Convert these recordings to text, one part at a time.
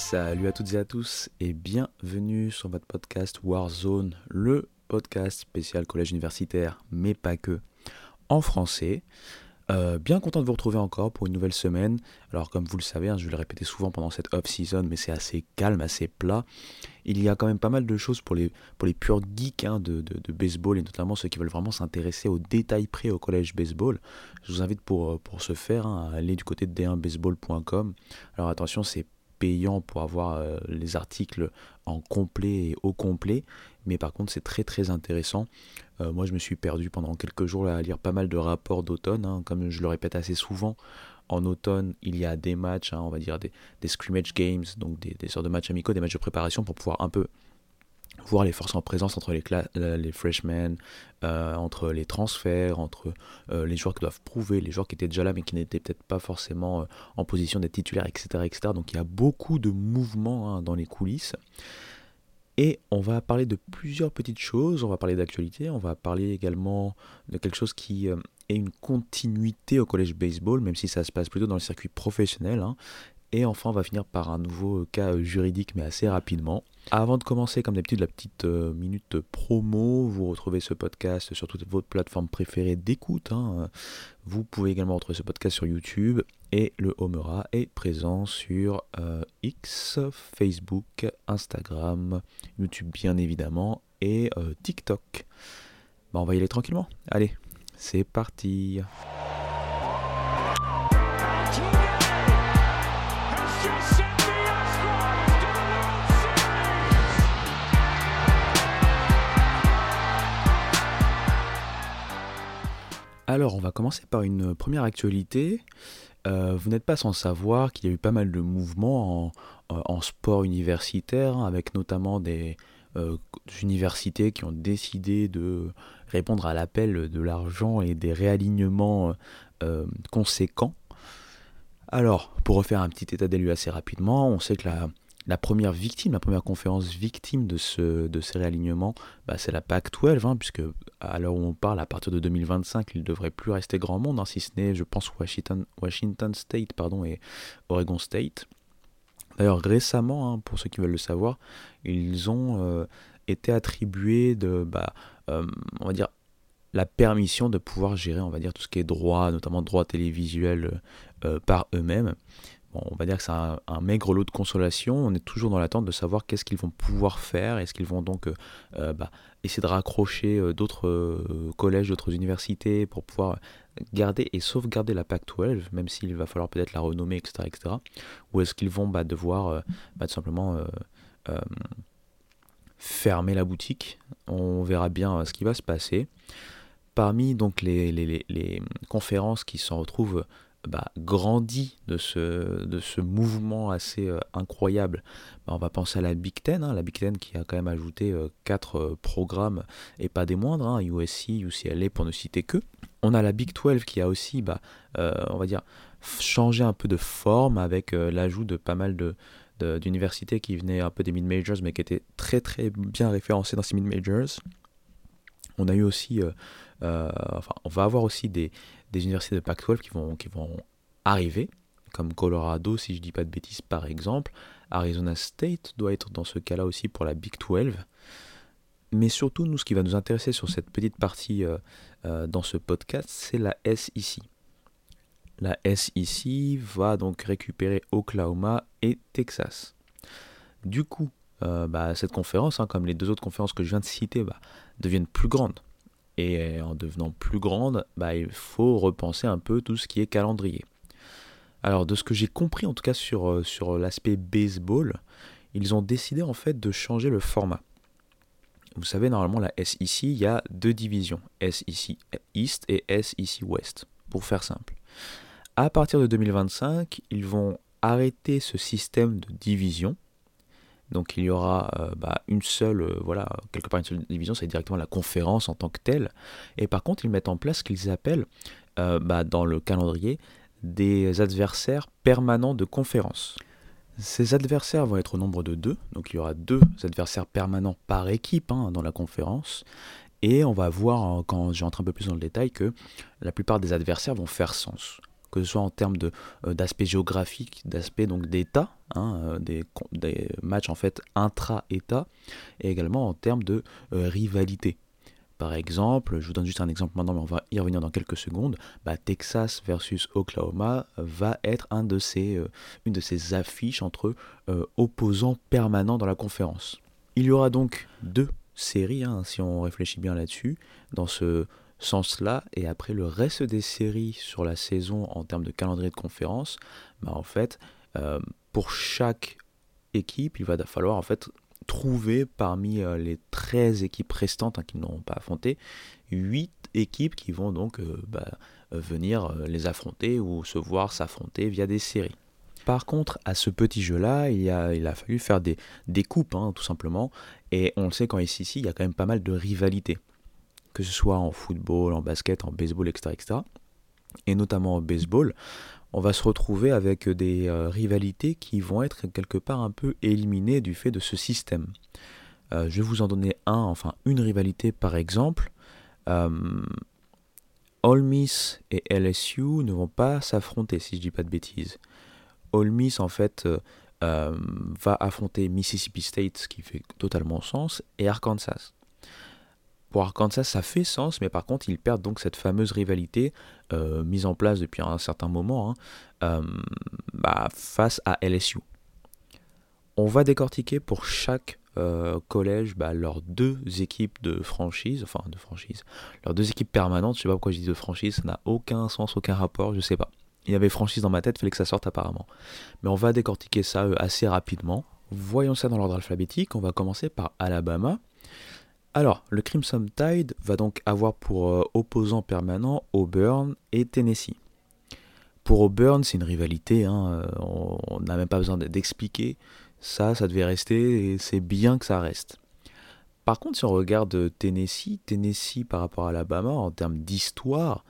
Salut à toutes et à tous et bienvenue sur votre podcast Warzone, le podcast spécial collège universitaire, mais pas que, en français. Bien content de vous retrouver encore pour une nouvelle semaine. Alors comme vous le savez, je vais le répéter souvent pendant cette off-season, mais c'est assez calme, assez plat. Il y a quand même pas mal de choses pour les purs geeks de baseball, et notamment ceux qui veulent vraiment s'intéresser aux détails près au collège baseball. Je vous invite pour ce faire à aller du côté de d1baseball.com. Alors attention, c'est payant pour avoir les articles en complet et au complet, mais par contre c'est très très intéressant. Moi je me suis perdu pendant quelques jours là, à lire pas mal de rapports d'automne, comme je le répète assez souvent. En automne, il y a des matchs, on va dire des scrimmage games, donc des sortes de matchs amicaux, des matchs de préparation pour pouvoir un peu voir les forces en présence entre les freshmen, entre les transferts, entre les joueurs qui doivent prouver, les joueurs qui étaient déjà là mais qui n'étaient peut-être pas forcément en position d'être titulaires, etc., etc. Donc il y a beaucoup de mouvements dans les coulisses. Et on va parler de plusieurs petites choses, on va parler d'actualité, on va parler également de quelque chose qui est une continuité au collège baseball, même si ça se passe plutôt dans le circuit professionnel. Et enfin, on va finir par un nouveau cas juridique, mais assez rapidement. Avant de commencer, comme d'habitude, la petite minute promo. Vous retrouvez ce podcast sur toutes vos plateformes préférées d'écoute. Vous pouvez également retrouver ce podcast sur YouTube. Et le Homera est présent sur X, Facebook, Instagram, YouTube bien évidemment, et TikTok. On va y aller tranquillement. Allez, c'est parti. Alors, on va commencer par une première actualité. Vous n'êtes pas sans savoir qu'il y a eu pas mal de mouvements en sport universitaire, avec notamment des universités qui ont décidé de répondre à l'appel de l'argent et des réalignements conséquents. Alors, pour refaire un petit état des lieux assez rapidement, on sait que la première conférence victime de ces réalignements, c'est la Pac-12, puisque à l'heure où on parle, à partir de 2025, il ne devrait plus rester grand monde, si ce n'est, je pense, Washington State et Oregon State. D'ailleurs, récemment, pour ceux qui veulent le savoir, ils ont été attribués on va dire, la permission de pouvoir gérer, on va dire, tout ce qui est droit, notamment droit télévisuel par eux-mêmes. Bon, on va dire que c'est un maigre lot de consolation. On est toujours dans l'attente de savoir qu'est-ce qu'ils vont pouvoir faire. Est-ce qu'ils vont donc essayer de raccrocher d'autres collèges, d'autres universités pour pouvoir garder et sauvegarder la Pac-12, même s'il va falloir peut-être la renommer, etc., etc. Ou est-ce qu'ils vont devoir tout simplement fermer la boutique. On verra bien ce qui va se passer. Parmi donc les conférences qui s'en retrouvent grandi de ce mouvement assez incroyable, on va penser à la Big Ten, la Big Ten qui a quand même ajouté 4 programmes et pas des moindres, USC, UCLA pour ne citer que. On a la Big 12 qui a aussi, on va dire, changé un peu de forme avec l'ajout de pas mal d'universités qui venaient un peu des mid-majors mais qui étaient très très bien référencées dans ces mid-majors. On a eu aussi, on va avoir aussi des universités de Pac-12 qui vont arriver, comme Colorado, si je ne dis pas de bêtises par exemple. Arizona State doit être dans ce cas-là aussi pour la Big 12. Mais surtout, nous, ce qui va nous intéresser sur cette petite partie dans ce podcast, c'est la SEC. La SEC va donc récupérer Oklahoma et Texas. Du coup, cette conférence, comme les deux autres conférences que je viens de citer, deviennent plus grandes. Et en devenant plus grande, il faut repenser un peu tout ce qui est calendrier. Alors, de ce que j'ai compris, en tout cas sur l'aspect baseball, ils ont décidé en fait de changer le format. Vous savez, normalement, la SEC, il y a 2 divisions, SEC East et SEC West, pour faire simple. À partir de 2025, ils vont arrêter ce système de division. Donc il y aura une seule division, c'est directement la conférence en tant que telle. Et par contre, ils mettent en place ce qu'ils appellent, dans le calendrier, des adversaires permanents de conférence. Ces adversaires vont être au nombre de 2, donc il y aura 2 adversaires permanents par équipe dans la conférence. Et on va voir, quand j'entre un peu plus dans le détail, que la plupart des adversaires vont faire sens. que ce soit en termes d'aspect géographique, d'aspect donc d'État, des matchs en fait intra-État, et également en termes de rivalité. Par exemple, je vous donne juste un exemple maintenant, mais on va y revenir dans quelques secondes. Texas versus Oklahoma va être une de ces affiches entre opposants permanents dans la conférence. Il y aura donc deux séries, si on réfléchit bien là-dessus, dans ce sens-là, et après le reste des séries sur la saison en termes de calendrier de conférence, en fait, pour chaque équipe, il va falloir en fait trouver parmi les 13 équipes restantes qui n'auront pas affronté, 8 équipes qui vont donc venir les affronter ou se voir s'affronter via des séries. Par contre, à ce petit jeu-là, il a fallu faire des coupes, tout simplement, et on le sait qu'en SEC, il y a quand même pas mal de rivalités, que ce soit en football, en basket, en baseball, etc., etc., et notamment en baseball, on va se retrouver avec des rivalités qui vont être quelque part un peu éliminées du fait de ce système. Je vais vous en donner une rivalité par exemple. Ole Miss et LSU ne vont pas s'affronter si je dis pas de bêtises. Ole Miss en fait va affronter Mississippi State, ce qui fait totalement sens, et Arkansas. Pour Arkansas, ça fait sens, mais par contre, ils perdent donc cette fameuse rivalité mise en place depuis un certain moment face à LSU. On va décortiquer pour chaque collège leurs deux équipes de franchise, leurs deux équipes permanentes. Je sais pas pourquoi je dis de franchise, ça n'a aucun sens, aucun rapport, je sais pas. Il y avait franchise dans ma tête, il fallait que ça sorte apparemment. Mais on va décortiquer ça assez rapidement. Voyons ça dans l'ordre alphabétique. On va commencer par Alabama. Alors, le Crimson Tide va donc avoir pour opposants permanents Auburn et Tennessee. Pour Auburn, c'est une rivalité, on n'a même pas besoin d'expliquer. Ça devait rester et c'est bien que ça reste. Par contre, si on regarde Tennessee par rapport à Alabama, en termes d'histoire,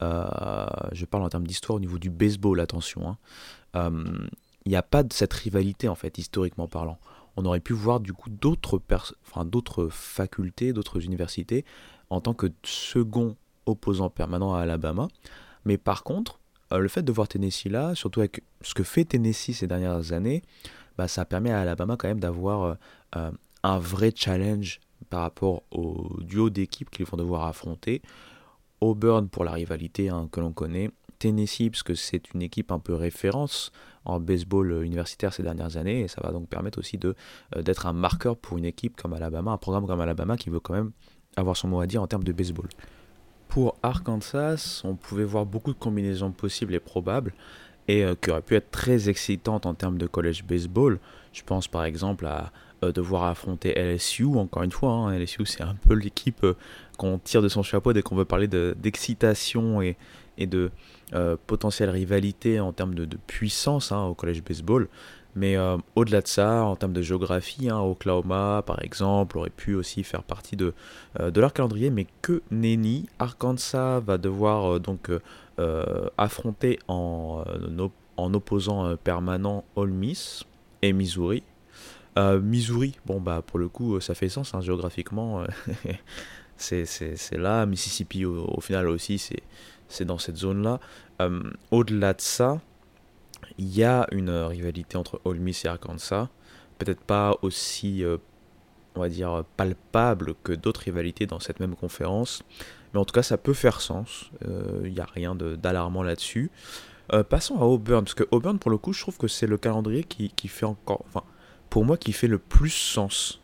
je parle en termes d'histoire au niveau du baseball, attention, il n'y a pas de cette rivalité en fait, historiquement parlant. On aurait pu voir du coup d'autres facultés, d'autres universités en tant que second opposant permanent à Alabama. Mais par contre, le fait de voir Tennessee là, surtout avec ce que fait Tennessee ces dernières années, ça permet à Alabama quand même d'avoir un vrai challenge par rapport au duo d'équipes qu'ils vont devoir affronter. Auburn pour la rivalité que l'on connaît, Tennessee parce que c'est une équipe un peu référence en baseball universitaire ces dernières années et ça va donc permettre aussi d'être un marqueur pour une équipe comme Alabama, un programme comme Alabama qui veut quand même avoir son mot à dire en termes de baseball. Pour Arkansas, on pouvait voir beaucoup de combinaisons possibles et probables et qui auraient pu être très excitantes en termes de college baseball. Je pense par exemple à devoir affronter LSU, encore une fois, LSU c'est un peu l'équipe qu'on tire de son chapeau dès qu'on veut parler d'excitation et de potentielle rivalité en termes de puissance au college baseball. Mais au-delà de ça, en termes de géographie, Oklahoma par exemple aurait pu aussi faire partie de leur calendrier, mais que nenni. Arkansas va devoir affronter en opposant permanent Ole Miss et Missouri. Missouri, pour le coup, ça fait sens géographiquement. c'est là. Mississippi, au final aussi, c'est dans cette zone-là. Au-delà de ça, il y a une rivalité entre Ole Miss et Arkansas. Peut-être pas aussi, on va dire, palpable que d'autres rivalités dans cette même conférence. Mais en tout cas, ça peut faire sens. Il n'y a rien d'alarmant là-dessus. Passons à Auburn, parce que Auburn, pour le coup, je trouve que c'est le calendrier qui fait encore... Enfin, pour moi, qui fait le plus sens.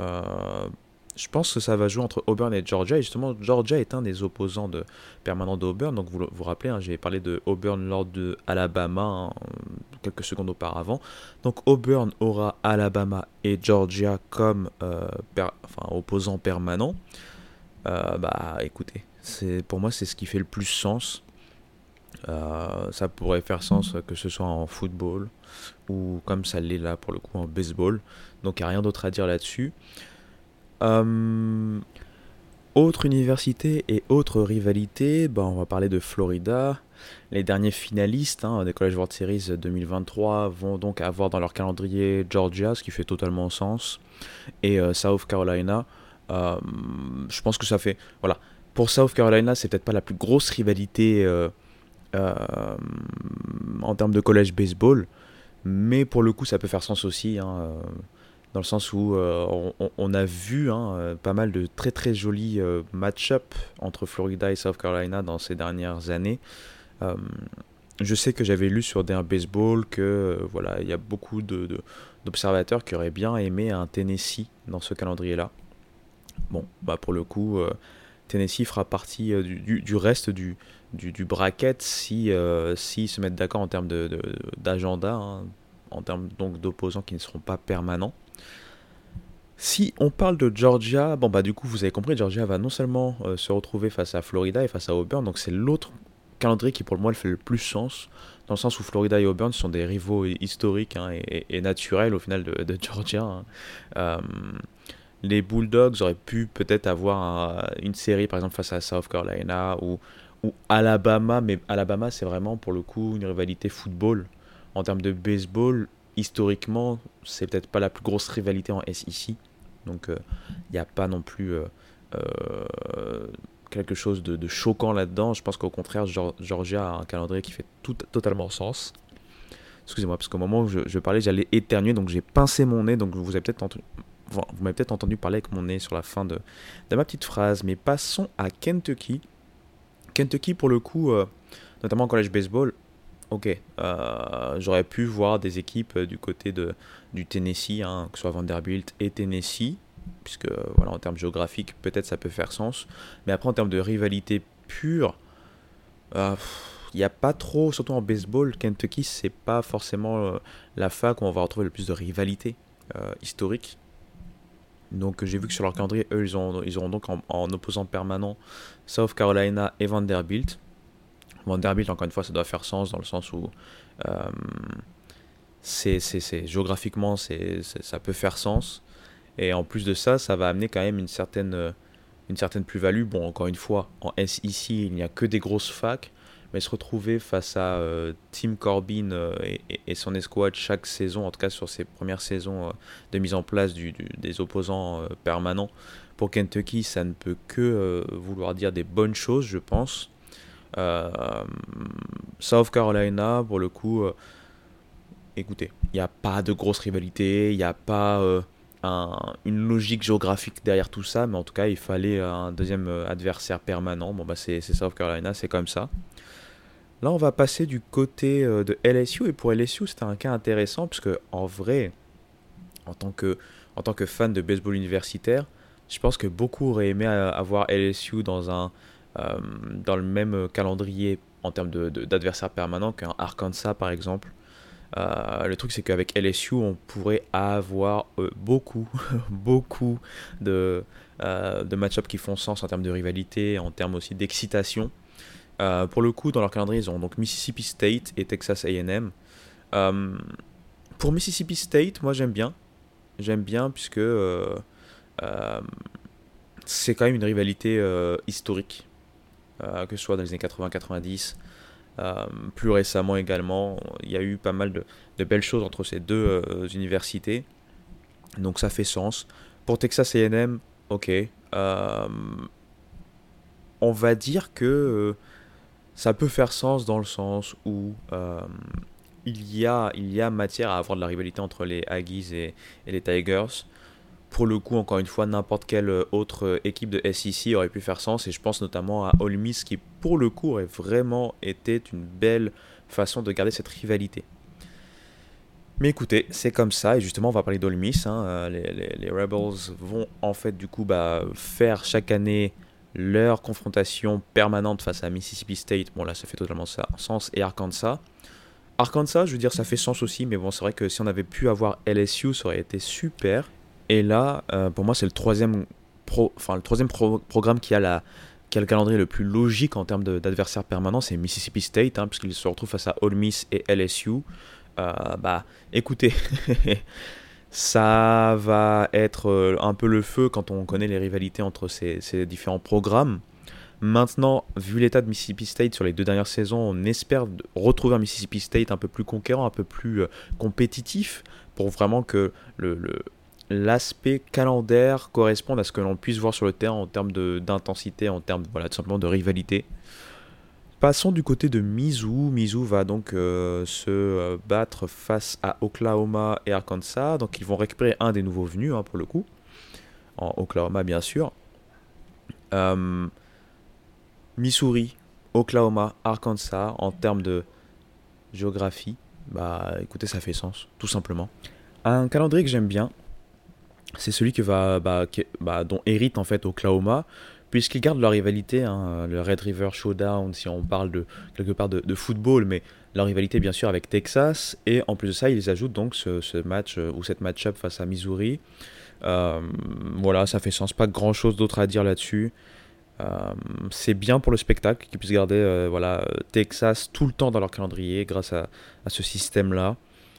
Je pense que ça va jouer entre Auburn et Georgia. Et justement, Georgia est un des opposants permanents d'Auburn. Donc, vous vous rappelez, j'ai parlé de Auburn lors de Alabama quelques secondes auparavant. Donc, Auburn aura Alabama et Georgia comme opposants permanents. Écoutez, pour moi, c'est ce qui fait le plus sens. Ça pourrait faire sens que ce soit en football ou comme ça l'est là pour le coup en baseball. Donc, il n'y a rien d'autre à dire là-dessus. Autre université et autre rivalité, on va parler de Florida. Les derniers finalistes des College World Series 2023 vont donc avoir dans leur calendrier Georgia, ce qui fait totalement sens, et South Carolina. Je pense que ça fait... Voilà. Pour South Carolina, c'est peut-être pas la plus grosse rivalité euh, en termes de college baseball, mais pour le coup ça peut faire sens aussi, hein, dans le sens où on a vu, hein, pas mal de très très jolis match-up entre Florida et South Carolina dans ces dernières années. Euh, je sais que j'avais lu sur DR Baseball que voilà, il y a beaucoup d'observateurs qui auraient bien aimé un Tennessee dans ce calendrier-là. Bon, bah pour le coup, Tennessee fera partie du reste du bracket si se mettent d'accord en termes d'agenda, hein, en termes donc d'opposants qui ne seront pas permanents. Si on parle de Georgia, bon bah du coup vous avez compris, Georgia va non seulement se retrouver face à Florida et face à Auburn, donc c'est l'autre calendrier qui pour moi le fait le plus sens, dans le sens où Florida et Auburn sont des rivaux historiques, hein, et naturels au final de Georgia, hein. Euh, les Bulldogs auraient pu peut-être avoir une série par exemple face à South Carolina ou Alabama, mais Alabama c'est vraiment pour le coup une rivalité football. En termes de baseball, historiquement, c'est peut-être pas la plus grosse rivalité en SEC. Donc il n'y a pas non plus quelque chose de choquant là-dedans. Je pense qu'au contraire, Georgia a un calendrier qui fait totalement sens. Excusez-moi, parce qu'au moment où je parlais, j'allais éternuer, donc j'ai pincé mon nez, donc vous avez peut-être entendu, enfin, vous m'avez peut-être entendu parler avec mon nez sur la fin de ma petite phrase. Mais passons à Kentucky. Kentucky, pour le coup, notamment en college baseball, ok, j'aurais pu voir des équipes du côté du Tennessee, hein, que ce soit Vanderbilt et Tennessee, puisque voilà, en termes géographiques, peut-être ça peut faire sens. Mais après, en termes de rivalité pure, il n'y a pas trop, surtout en baseball, Kentucky, c'est pas forcément la fac où on va retrouver le plus de rivalité historique. Donc j'ai vu que sur leur calendrier, eux, ils auront donc en opposant permanent South Carolina et Vanderbilt. Vanderbilt, encore une fois, ça doit faire sens dans le sens où euh, géographiquement, ça peut faire sens. Et en plus de ça, ça va amener quand même une certaine plus-value. Bon, encore une fois, en SEC, il n'y a que des grosses facs, mais se retrouver face à Tim Corbin et son escouade chaque saison, en tout cas sur ses premières saisons de mise en place des opposants permanents, pour Kentucky, ça ne peut que vouloir dire des bonnes choses, je pense. Euh, South Carolina, pour le coup, écoutez, il n'y a pas de grosse rivalité, il n'y a pas une logique géographique derrière tout ça, mais en tout cas, il fallait un deuxième adversaire permanent. Bon, bah, c'est South Carolina, c'est comme ça. Là, on va passer du côté de LSU, et pour LSU, c'était un cas intéressant, parce que en vrai, en tant que, en tant que fan de baseball universitaire, je pense que beaucoup auraient aimé avoir LSU euh, dans le même calendrier en termes d'adversaires permanents qu'un Arkansas, par exemple. Le truc, c'est qu'avec LSU, on pourrait avoir beaucoup, beaucoup de match-ups qui font sens en termes de rivalité, en termes aussi d'excitation. Pour le coup, dans leur calendrier, ils ont donc Mississippi State et Texas A&M. Euh, pour Mississippi State, moi j'aime bien. J'aime bien puisque euh, c'est quand même une rivalité historique, que ce soit dans les années 80-90. Plus récemment également, il y a eu pas mal de belles choses entre ces deux universités. Donc ça fait sens. Pour Texas A&M, ok. On va dire que ça peut faire sens dans le sens où il y a matière à avoir de la rivalité entre les Aggies et les Tigers. Pour le coup, encore une fois, n'importe quelle autre équipe de SEC aurait pu faire sens, et je pense notamment à Ole Miss qui, pour le coup, aurait vraiment été une belle façon de garder cette rivalité. Mais écoutez, c'est comme ça, et justement, on va parler d'Ole Miss, hein. Les Rebels vont en fait, du coup, faire chaque année leur confrontation permanente face à Mississippi State. Bon, là, ça fait totalement sens, et Arkansas. Arkansas, je veux dire, ça fait sens aussi, mais bon, c'est vrai que si on avait pu avoir LSU, ça aurait été super. Et là, pour moi, c'est le troisième programme qui a le calendrier le plus logique en termes d'adversaires permanents, c'est Mississippi State, hein, puisqu'il se retrouve face à Ole Miss et LSU. Écoutez, ça va être un peu le feu quand on connaît les rivalités entre ces différents programmes. Maintenant, vu l'état de Mississippi State sur les deux dernières saisons, on espère retrouver un Mississippi State un peu plus conquérant, un peu plus compétitif, pour vraiment que l'aspect calendaire corresponde à ce que l'on puisse voir sur le terrain en termes d'intensité, en termes, voilà, tout simplement de rivalité. Passons du côté de Mizzou. Mizzou va donc se battre face à Oklahoma et Arkansas. Donc ils vont récupérer un des nouveaux venus pour le coup, en Oklahoma bien sûr. Euh, Missouri, Oklahoma, Arkansas, en termes de géographie, bah écoutez, ça fait sens, tout simplement. Un calendrier que j'aime bien, c'est celui dont hérite en fait Oklahoma, puisqu'ils gardent leur rivalité, le Red River Showdown, si on parle de quelque part de football, mais leur rivalité bien sûr avec Texas, et en plus de ça, ils ajoutent donc ce match ou cette match-up face à Missouri. Euh, voilà, ça fait sens, pas grand chose d'autre à dire là-dessus. C'est bien pour le spectacle qu'ils puissent garder Texas tout le temps dans leur calendrier grâce à ce système-là.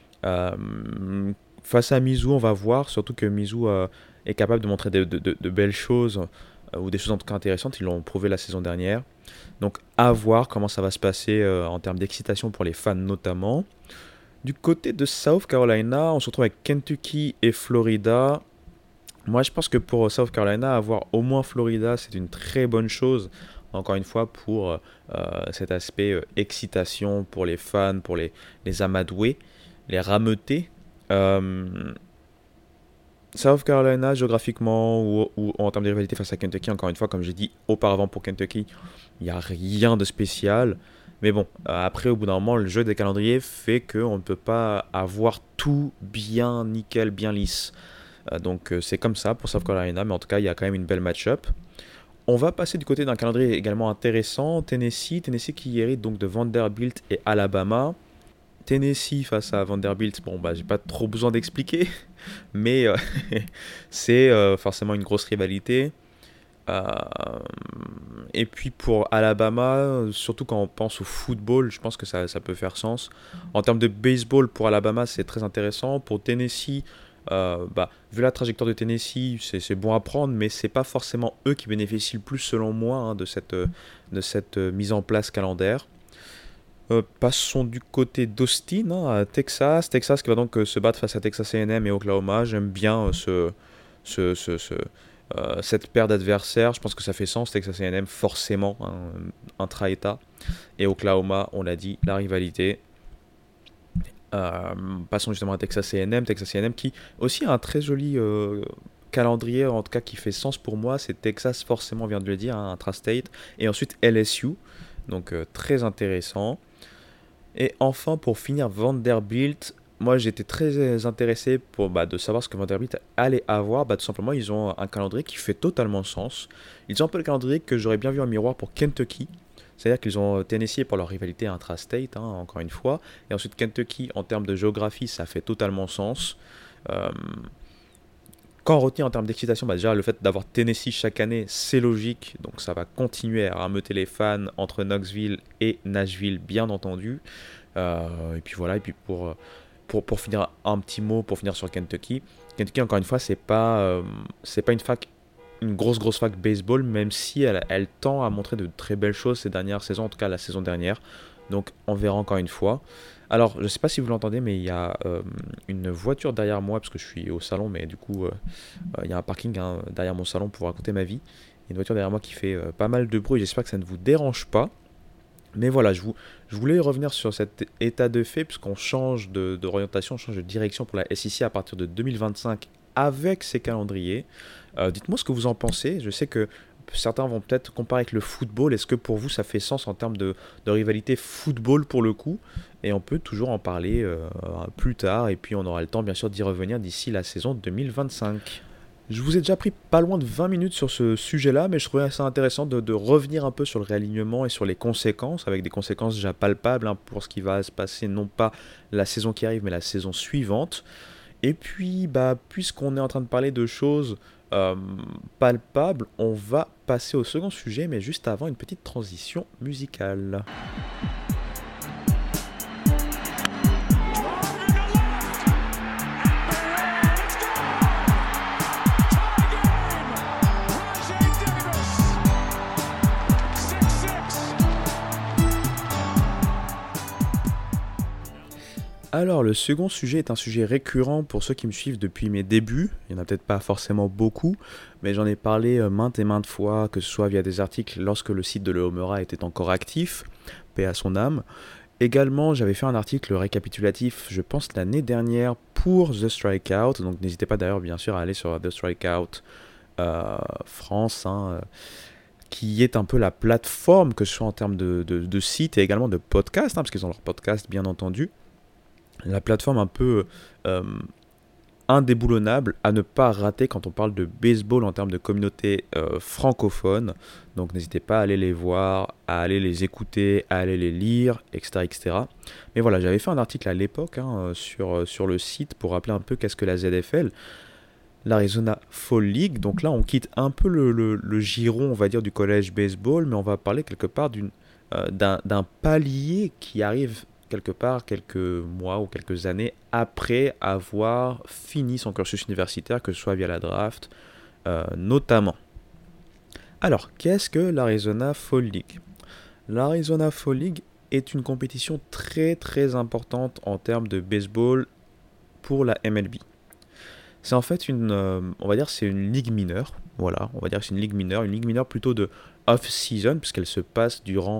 Face à Mizzou, on va voir, surtout que Mizzou est capable de montrer de belles choses ou des choses en tout cas intéressantes. Ils l'ont prouvé la saison dernière. Donc à voir comment ça va se passer en termes d'excitation pour les fans notamment. Du côté de South Carolina, on se retrouve avec Kentucky et Florida. Moi, je pense que pour South Carolina, avoir au moins Florida, c'est une très bonne chose. Encore une fois, pour cet aspect excitation pour les fans, pour les amadoués, les rameutés. Euh, South Carolina, géographiquement, ou en termes de rivalité face à Kentucky, encore une fois, comme j'ai dit auparavant pour Kentucky, il n'y a rien de spécial. Mais bon, après, au bout d'un moment, le jeu des calendriers fait qu'on ne peut pas avoir tout bien nickel, bien lisse. Donc c'est comme ça pour South Carolina, mais en tout cas, il y a quand même une belle match-up. On va passer du côté d'un calendrier également intéressant, Tennessee qui hérite donc de Vanderbilt et Alabama. Tennessee face à Vanderbilt, bon bah j'ai pas trop besoin d'expliquer, mais c'est forcément une grosse rivalité. Euh, et puis pour Alabama, surtout quand on pense au football, je pense que ça peut faire sens. En termes de baseball pour Alabama, c'est très intéressant. Pour Tennessee, vu la trajectoire de Tennessee, c'est bon à prendre, mais c'est pas forcément eux qui bénéficient le plus, selon moi, de cette mise en place calendaire. Passons du côté d'Austin, à Texas. Texas qui va donc se battre face à Texas A&M et Oklahoma. J'aime bien cette paire d'adversaires. Je pense que ça fait sens. Texas A&M, forcément, intra-État. Et Oklahoma, on l'a dit, la rivalité. Passons justement à Texas A&M. Texas A&M qui aussi a un très joli calendrier, en tout cas qui fait sens pour moi. C'est Texas, forcément, on vient de le dire, intra-state. Et ensuite LSU. Donc très intéressant. Et enfin, pour finir, Vanderbilt. Moi, j'étais très intéressé de savoir ce que Vanderbilt allait avoir. Tout simplement, ils ont un calendrier qui fait totalement sens. Ils ont un peu le calendrier que j'aurais bien vu en miroir pour Kentucky. C'est-à-dire qu'ils ont Tennessee pour leur rivalité intra-state, encore une fois. Et ensuite, Kentucky, en termes de géographie, ça fait totalement sens. Quand on retient en termes d'excitation, déjà le fait d'avoir Tennessee chaque année, c'est logique. Donc ça va continuer à rameuter les fans entre Knoxville et Nashville, bien entendu. Et puis voilà, et puis pour finir, un petit mot pour finir sur Kentucky. Kentucky, encore une fois, c'est pas une grosse fac baseball, même si elle tend à montrer de très belles choses ces dernières saisons, en tout cas la saison dernière. Donc on verra encore une fois. Alors, je ne sais pas si vous l'entendez, mais il y a une voiture derrière moi, parce que je suis au salon, mais du coup, il y a un parking derrière mon salon pour raconter ma vie. Il y a une voiture derrière moi qui fait pas mal de bruit, j'espère que ça ne vous dérange pas. Mais voilà, je voulais revenir sur cet état de fait, puisqu'on change d'orientation, on change de direction pour la SEC à partir de 2025 avec ces calendriers. Dites-moi ce que vous en pensez. Je sais que certains vont peut-être comparer avec le football. Est-ce que pour vous ça fait sens en termes de rivalité football pour le coup? Et on peut toujours en parler plus tard. Et puis on aura le temps bien sûr d'y revenir d'ici la saison 2025. Je vous ai déjà pris pas loin de 20 minutes sur ce sujet-là, mais je trouvais assez intéressant de revenir un peu sur le réalignement et sur les conséquences, avec des conséquences déjà palpables pour ce qui va se passer, non pas la saison qui arrive, mais la saison suivante. Et puis, puisqu'on est en train de parler de choses palpables, on va passer au second sujet, mais juste avant une petite transition musicale. Alors, le second sujet est un sujet récurrent pour ceux qui me suivent depuis mes débuts. Il n'y en a peut-être pas forcément beaucoup, mais j'en ai parlé maintes et maintes fois, que ce soit via des articles lorsque le site de Lehomera était encore actif, paix à son âme. Également, j'avais fait un article récapitulatif, je pense l'année dernière, pour The Strikeout. Donc n'hésitez pas d'ailleurs, bien sûr, à aller sur The Strikeout France, qui est un peu la plateforme, que ce soit en termes de site et également de podcast, parce qu'ils ont leur podcast, bien entendu. La plateforme un peu indéboulonnable à ne pas rater quand on parle de baseball en termes de communauté francophone. Donc n'hésitez pas à aller les voir, à aller les écouter, à aller les lire, etc. etc. Mais voilà, j'avais fait un article à l'époque sur le site pour rappeler un peu qu'est-ce que la ZFL, l'Arizona Fall League. Donc là, on quitte un peu le giron, on va dire, du collège baseball, mais on va parler quelque part d'un palier qui arrive quelque part quelques mois ou quelques années après avoir fini son cursus universitaire, que ce soit via la draft notamment. Alors, qu'est-ce que l'Arizona Fall League ? L'Arizona Fall League est une compétition très très importante en termes de baseball pour la MLB. C'est en fait on va dire c'est une ligue mineure, voilà, on va dire que c'est une ligue mineure plutôt de off-season, puisqu'elle se passe durant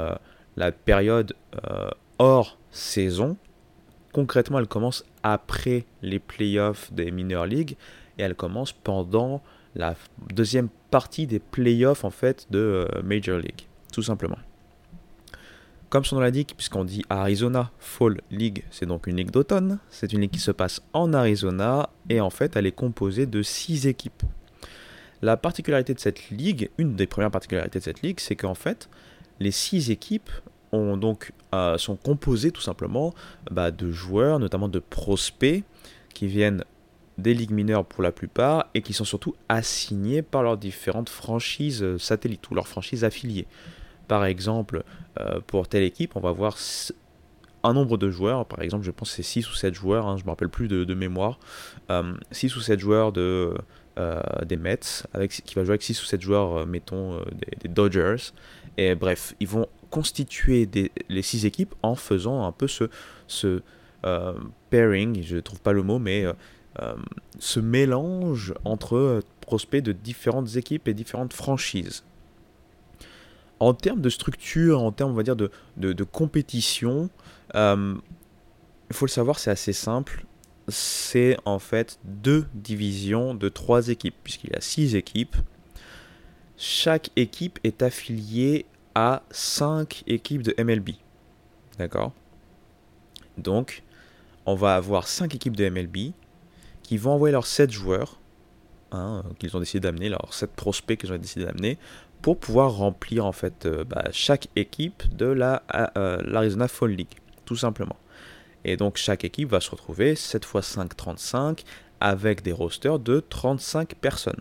la période hors saison. Concrètement, elle commence après les playoffs des minor leagues et elle commence pendant la deuxième partie des playoffs en fait de Major League, tout simplement. Comme son nom l'indique, puisqu'on dit Arizona Fall League, c'est donc une ligue d'automne. C'est une ligue qui se passe en Arizona et en fait, elle est composée de 6 équipes. La particularité de cette ligue, une des premières particularités de cette ligue, c'est qu'en fait, les 6 équipes sont composées tout simplement de joueurs, notamment de prospects, qui viennent des ligues mineures pour la plupart et qui sont surtout assignés par leurs différentes franchises satellites ou leurs franchises affiliées. Par exemple, pour telle équipe, on va voir un nombre de joueurs. Par exemple, je pense que c'est 6 ou 7 joueurs, je ne me rappelle plus de mémoire. 6 ou 7 joueurs des Mets, qui va jouer avec 6 ou 7 joueurs, des Dodgers. Et bref, ils vont constituer les 6 équipes en faisant un peu ce pairing, je ne trouve pas le mot, mais ce mélange entre prospects de différentes équipes et différentes franchises. En termes de structure, en termes, on va dire, de compétition, il faut le savoir, c'est assez simple. C'est en fait 2 divisions de 3 équipes, puisqu'il y a 6 équipes. Chaque équipe est affiliée à 5 équipes de MLB. D'accord ? Donc, on va avoir 5 équipes de MLB qui vont envoyer leurs 7 joueurs, qu'ils ont décidé d'amener, leurs 7 prospects qu'ils ont décidé d'amener, pour pouvoir remplir en fait chaque équipe de l'Arizona Fall League, tout simplement. Et donc chaque équipe va se retrouver 7 x 5, 35, avec des rosters de 35 personnes.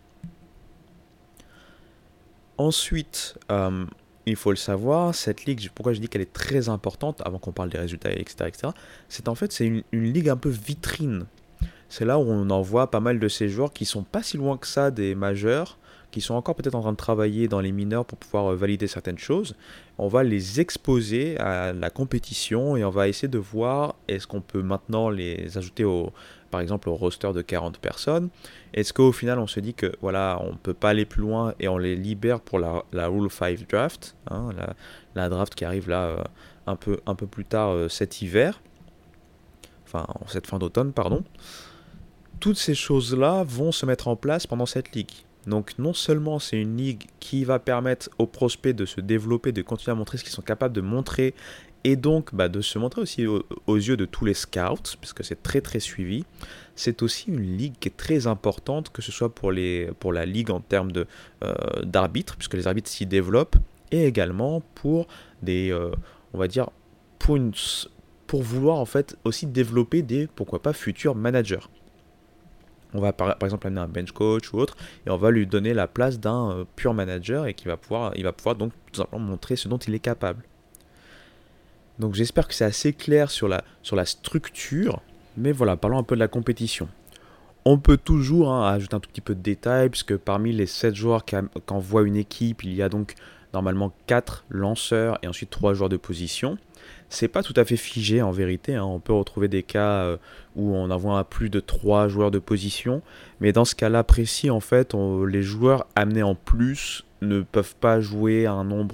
Ensuite, il faut le savoir, cette ligue, pourquoi je dis qu'elle est très importante, avant qu'on parle des résultats, etc., c'est en fait c'est une ligue un peu vitrine. C'est là où on en voit pas mal de ces joueurs qui sont pas si loin que ça des majeurs, qui sont encore peut-être en train de travailler dans les mineurs pour pouvoir valider certaines choses. On va les exposer à la compétition et on va essayer de voir est-ce qu'on peut maintenant les ajouter par exemple au roster de 40 personnes. Est-ce qu'au final on se dit que voilà, on ne peut pas aller plus loin et on les libère pour la Rule 5 Draft, la draft qui arrive là un peu plus tard cet hiver, enfin en cette fin d'automne, pardon. Toutes ces choses-là vont se mettre en place pendant cette ligue. Donc non seulement c'est une ligue qui va permettre aux prospects de se développer, de continuer à montrer ce qu'ils sont capables de montrer, et donc de se montrer aussi aux yeux de tous les scouts, puisque c'est très très suivi. C'est aussi une ligue qui est très importante, que ce soit pour la ligue en termes d'arbitres, puisque les arbitres s'y développent, et également pour on va dire, pour vouloir en fait aussi développer pourquoi pas, futurs managers. On va par exemple amener un bench coach ou autre, et on va lui donner la place d'un pur manager, et il va pouvoir donc tout simplement montrer ce dont il est capable. Donc j'espère que c'est assez clair sur la structure, mais voilà, parlons un peu de la compétition. On peut toujours ajouter un tout petit peu de détails, puisque parmi les 7 joueurs qu'envoie une équipe, il y a donc normalement 4 lanceurs et ensuite 3 joueurs de position. C'est pas tout à fait figé en vérité, hein. On peut retrouver des cas où on envoie plus de 3 joueurs de position, mais dans ce cas-là précis, en fait, les joueurs amenés en plus ne peuvent pas jouer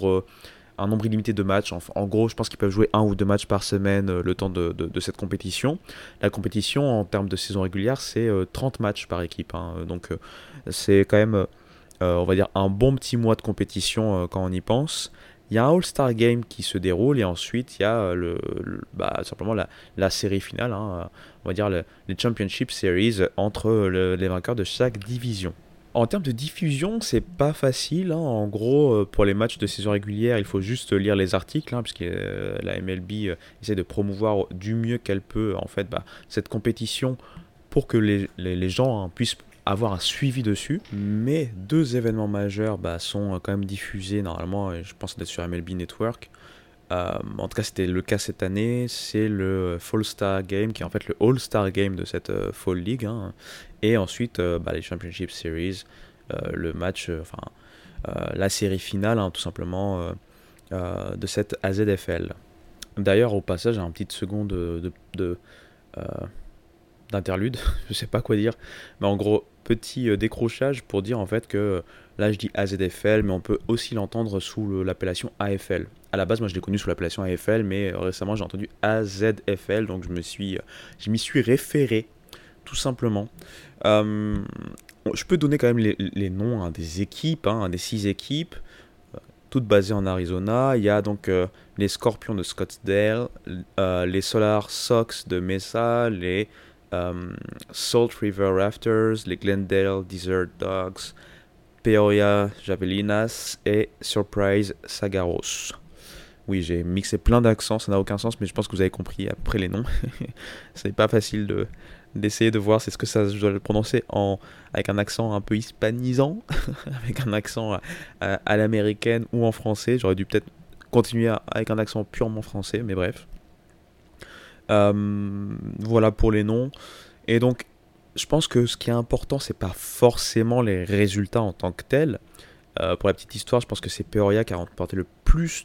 un nombre illimité de matchs. En gros, je pense qu'ils peuvent jouer 1 ou 2 matchs par semaine le temps de cette compétition. La compétition, en termes de saison régulière, c'est 30 matchs par équipe, hein. Donc c'est quand même, on va dire, un bon petit mois de compétition quand on y pense. Il y a un All-Star Game qui se déroule et ensuite il y a simplement la série finale, hein, on va dire les Championship Series entre les vainqueurs de chaque division. En termes de diffusion, c'est pas facile, hein. En gros, pour les matchs de saison régulière, il faut juste lire les articles, hein, puisque la MLB essaie de promouvoir du mieux qu'elle peut en fait cette compétition pour que les gens, hein, puissent avoir un suivi dessus. Mais 2 événements majeurs sont quand même diffusés normalement, et je pense d'être sur MLB Network. En tout cas, c'était le cas cette année. C'est le Fall Star Game, qui est en fait le All-Star Game de cette Fall League, hein. Et ensuite, les Championship Series, le match, la série finale, hein, tout simplement, de cette AZFL. D'ailleurs, au passage, j'ai une petite seconde euh, d'interlude, je sais pas quoi dire, mais en gros, petit décrochage pour dire en fait que là je dis AZFL, mais on peut aussi l'entendre sous l'appellation AFL. À la base, moi je l'ai connu sous l'appellation AFL, mais récemment j'ai entendu AZFL, donc je m'y suis référé tout simplement. Euh, je peux donner quand même les noms, hein, des équipes, hein, des 6 équipes, toutes basées en Arizona. Il y a donc les Scorpions de Scottsdale, les Solar Sox de Mesa, les Salt River Rafters, les Glendale Desert Dogs, Peoria Javelinas et Surprise Sagaros. Oui, j'ai mixé plein d'accents, ça n'a aucun sens, mais je pense que vous avez compris après les noms. C'est pas facile d'essayer de voir c'est ce que ça je dois le prononcer avec un accent un peu hispanisant, avec un accent à l'américaine ou en français. J'aurais dû peut-être continuer avec un accent purement français, mais bref. Voilà pour les noms. Et donc, je pense que ce qui est important, c'est pas forcément les résultats en tant que tels. Pour la petite histoire, je pense que c'est Peoria qui a remporté le plus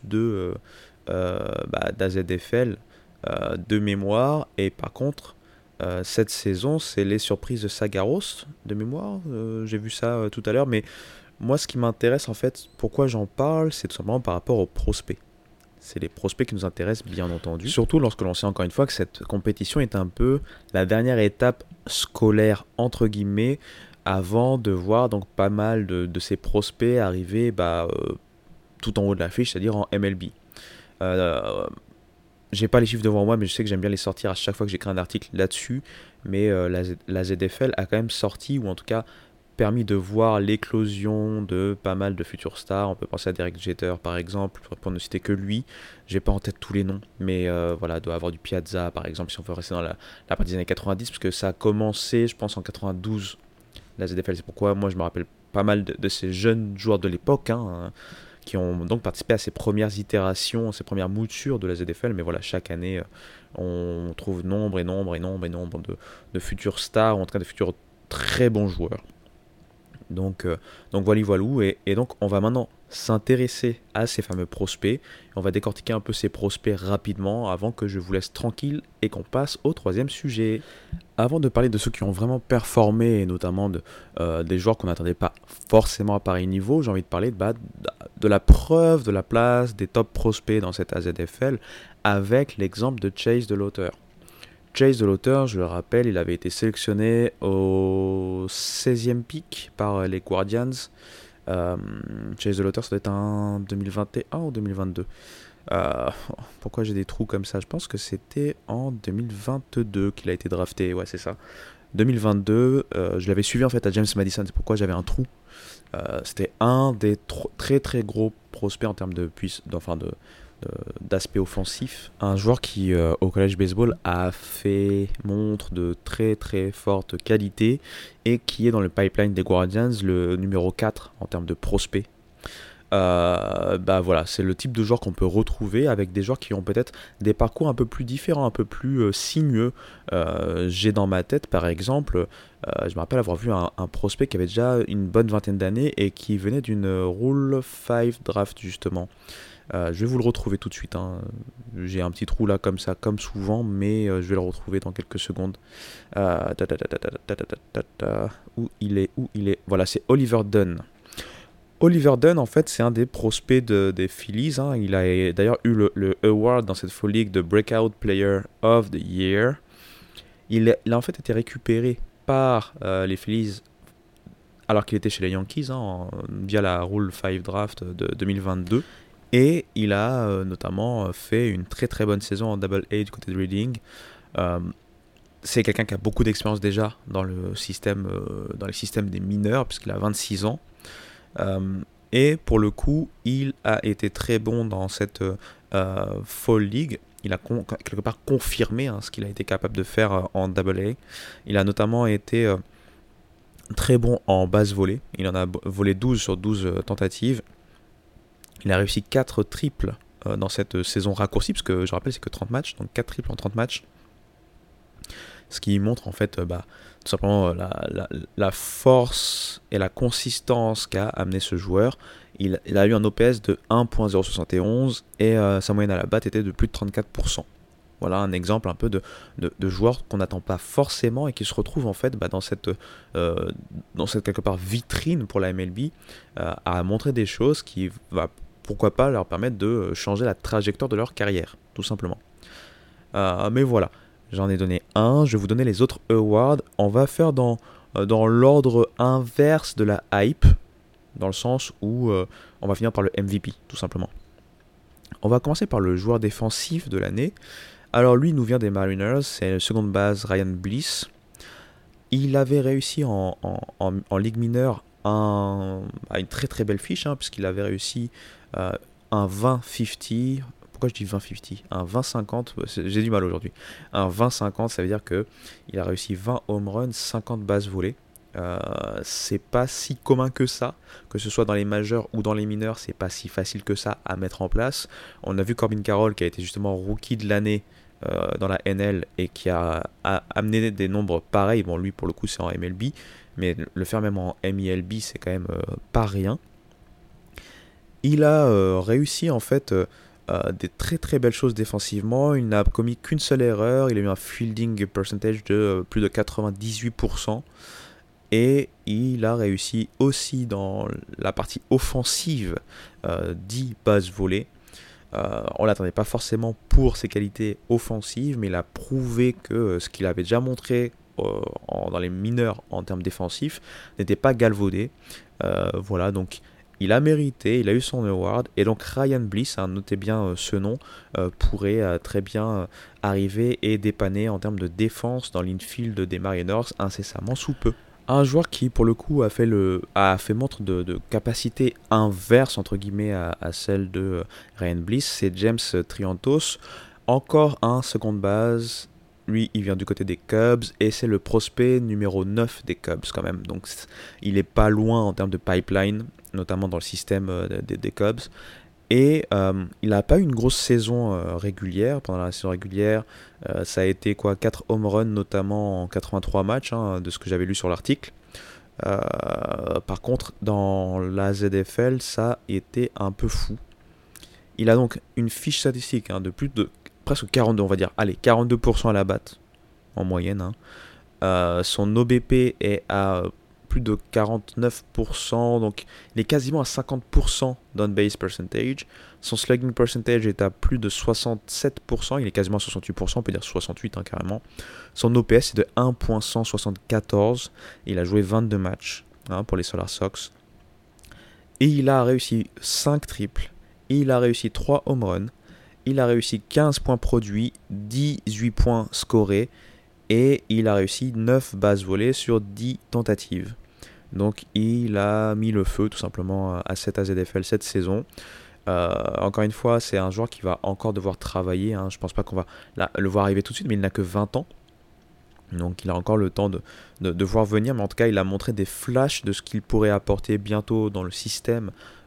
d'AZFL de mémoire. Et par contre, cette saison, c'est les surprises de Sagaros de mémoire. J'ai vu ça tout à l'heure. Mais moi, ce qui m'intéresse, en fait, pourquoi j'en parle, c'est tout simplement par rapport aux prospects. C'est les prospects qui nous intéressent, bien entendu. Surtout lorsque l'on sait encore une fois que cette compétition est un peu la dernière étape scolaire, entre guillemets, avant de voir donc pas mal de ces prospects arriver tout en haut de l'affiche, c'est-à-dire en MLB. Euh, j'ai pas les chiffres devant moi, mais je sais que j'aime bien les sortir à chaque fois que j'écris un article là-dessus. Mais la ZFL a quand même sorti, ou en tout cas permis de voir l'éclosion de pas mal de futurs stars. On peut penser à Derek Jeter par exemple, pour ne citer que lui. J'ai pas en tête tous les noms, mais voilà, il doit y avoir du Piazza par exemple, si on veut rester dans la partie des années 90, parce que ça a commencé, je pense, en 92, la ZFL. C'est pourquoi moi je me rappelle pas mal de ces jeunes joueurs de l'époque, hein, qui ont donc participé à ces premières itérations, ces premières moutures de la ZFL. Mais voilà, chaque année, on trouve nombre de futurs stars, ou en tout cas de futurs très bons joueurs. Donc voilà, et donc on va maintenant s'intéresser à ces fameux prospects. On va décortiquer un peu ces prospects rapidement avant que je vous laisse tranquille et qu'on passe au troisième sujet. Avant de parler de ceux qui ont vraiment performé, et notamment des joueurs qu'on n'attendait pas forcément à pareil niveau, j'ai envie de parler de la preuve de la place des top prospects dans cette AZFL avec l'exemple de Chase DeLauter. Chase DeLauter, je le rappelle, il avait été sélectionné au 16e pick par les Guardians. Chase DeLauter, ça doit être en 2021 ou 2022. Pourquoi j'ai des trous comme ça? Je pense que c'était en 2022 qu'il a été drafté. Ouais, c'est ça. 2022, je l'avais suivi en fait à James Madison, c'est pourquoi j'avais un trou. C'était un des très très gros prospects en termes d'aspect offensif. Un joueur qui, au college baseball, a fait montre de très très forte qualité et qui est dans le pipeline des Guardians, le numéro 4 en termes de prospect. Bah voilà, c'est le type de joueur qu'on peut retrouver avec des joueurs qui ont peut-être des parcours un peu plus différents, un peu plus sinueux. J'ai dans ma tête, par exemple, je me rappelle avoir vu un prospect qui avait déjà une bonne vingtaine d'années et qui venait d'une Rule 5 draft, justement. Je vais vous le retrouver tout de suite, hein. J'ai un petit trou là comme ça, comme souvent, mais je vais le retrouver dans quelques secondes. Où il est, où il est. Voilà, c'est Oliver Dunn. Oliver Dunn, en fait, c'est un des prospects des Phillies, hein. Il a d'ailleurs eu le award dans cette folle ligue de Breakout Player of the Year. Il a en fait été récupéré par les Phillies alors qu'il était chez les Yankees, hein, via la Rule 5 Draft de 2022. Et il a notamment fait une très très bonne saison en Double A du côté de Reading. Euh, c'est quelqu'un qui a beaucoup d'expérience déjà dans le système, dans les systèmes des mineurs, puisqu'il a 26 ans. Et pour le coup, il a été très bon dans cette Fall League. Il a quelque part confirmé, hein, ce qu'il a été capable de faire en Double A. Il a notamment été très bon en base volée. Il en a volé 12 sur 12 tentatives. Il a réussi 4 triples dans cette saison raccourcie, parce que je rappelle, c'est que 30 matchs, donc 4 triples en 30 matchs. Ce qui montre en fait tout simplement la force et la consistance qu'a amené ce joueur. Il a eu un OPS de 1.071 et sa moyenne à la batte était de plus de 34%. Voilà un exemple un peu de joueur qu'on n'attend pas forcément et qui se retrouve en fait dans cette quelque part vitrine pour la MLB, à montrer des choses qui va pourquoi pas leur permettre de changer la trajectoire de leur carrière, tout simplement. Mais voilà. J'en ai donné un, je vais vous donner les autres awards. On va faire dans l'ordre inverse de la hype, dans le sens où on va finir par le MVP, tout simplement. On va commencer par le joueur défensif de l'année. Alors lui, il nous vient des Mariners, c'est le seconde base Ryan Bliss. Il avait réussi en Ligue mineure une très très belle fiche, hein, puisqu'il avait réussi un 20-50. Pourquoi je dis 20-50 Un 20-50, j'ai du mal aujourd'hui. Un 20-50, ça veut dire qu'il a réussi 20 home runs, 50 bases volées. C'est pas si commun que ça, que ce soit dans les majeurs ou dans les mineurs, c'est pas si facile que ça à mettre en place. On a vu Corbin Carroll qui a été justement rookie de l'année dans la NL et qui a amené des nombres pareils. Bon, lui pour le coup c'est en MLB, mais le faire même en MILB c'est quand même pas rien. Il a réussi en fait des très très belles choses défensivement. Il n'a commis qu'une seule erreur. Il a eu un fielding percentage de plus de 98%. Et il a réussi aussi dans la partie offensive 10 bases volées. On ne l'attendait pas forcément pour ses qualités offensives, mais il a prouvé que ce qu'il avait déjà montré dans les mineurs en termes défensifs n'était pas galvaudé. Voilà, donc il a mérité, il a eu son award, et donc Ryan Bliss, hein, notez bien ce nom, pourrait très bien arriver et dépanner en termes de défense dans l'infield des Mariners incessamment sous peu. Un joueur qui pour le coup a fait montre de capacité inverse entre guillemets à celle de Ryan Bliss, c'est James Triantos, encore un seconde base. Lui, il vient du côté des Cubs et c'est le prospect numéro 9 des Cubs quand même. Donc il est pas loin en termes de pipeline, notamment dans le système des Cubs. Et il n'a pas eu une grosse saison régulière. Pendant la saison régulière, ça a été 4 home runs, notamment en 83 matchs, hein, de ce que j'avais lu sur l'article. Par contre, dans la ZFL, ça a été un peu fou. Il a donc une fiche statistique, hein, de plus de presque 42, on va dire. Allez, 42% à la batte, en moyenne. Hein. Son OBP est à plus de 49%, donc il est quasiment à 50% d'on-base percentage. Son slugging percentage est à plus de 67%, il est quasiment à 68%, on peut dire 68% hein, carrément. Son OPS est de 1.174, il a joué 22 matchs hein, pour les Solar Sox. Et il a réussi 5 triples, il a réussi 3 home runs, il a réussi 15 points produits, 18 points scorés, et il a réussi 9 bases volées sur 10 tentatives. Donc il a mis le feu tout simplement à cette AZFL cette saison. Encore une fois, c'est un joueur qui va encore devoir travailler. Hein. Je ne pense pas qu'on va le voir arriver tout de suite, mais il n'a que 20 ans. Donc il a encore le temps de voir venir. Mais en tout cas, il a montré des flashs de ce qu'il pourrait apporter bientôt dans le système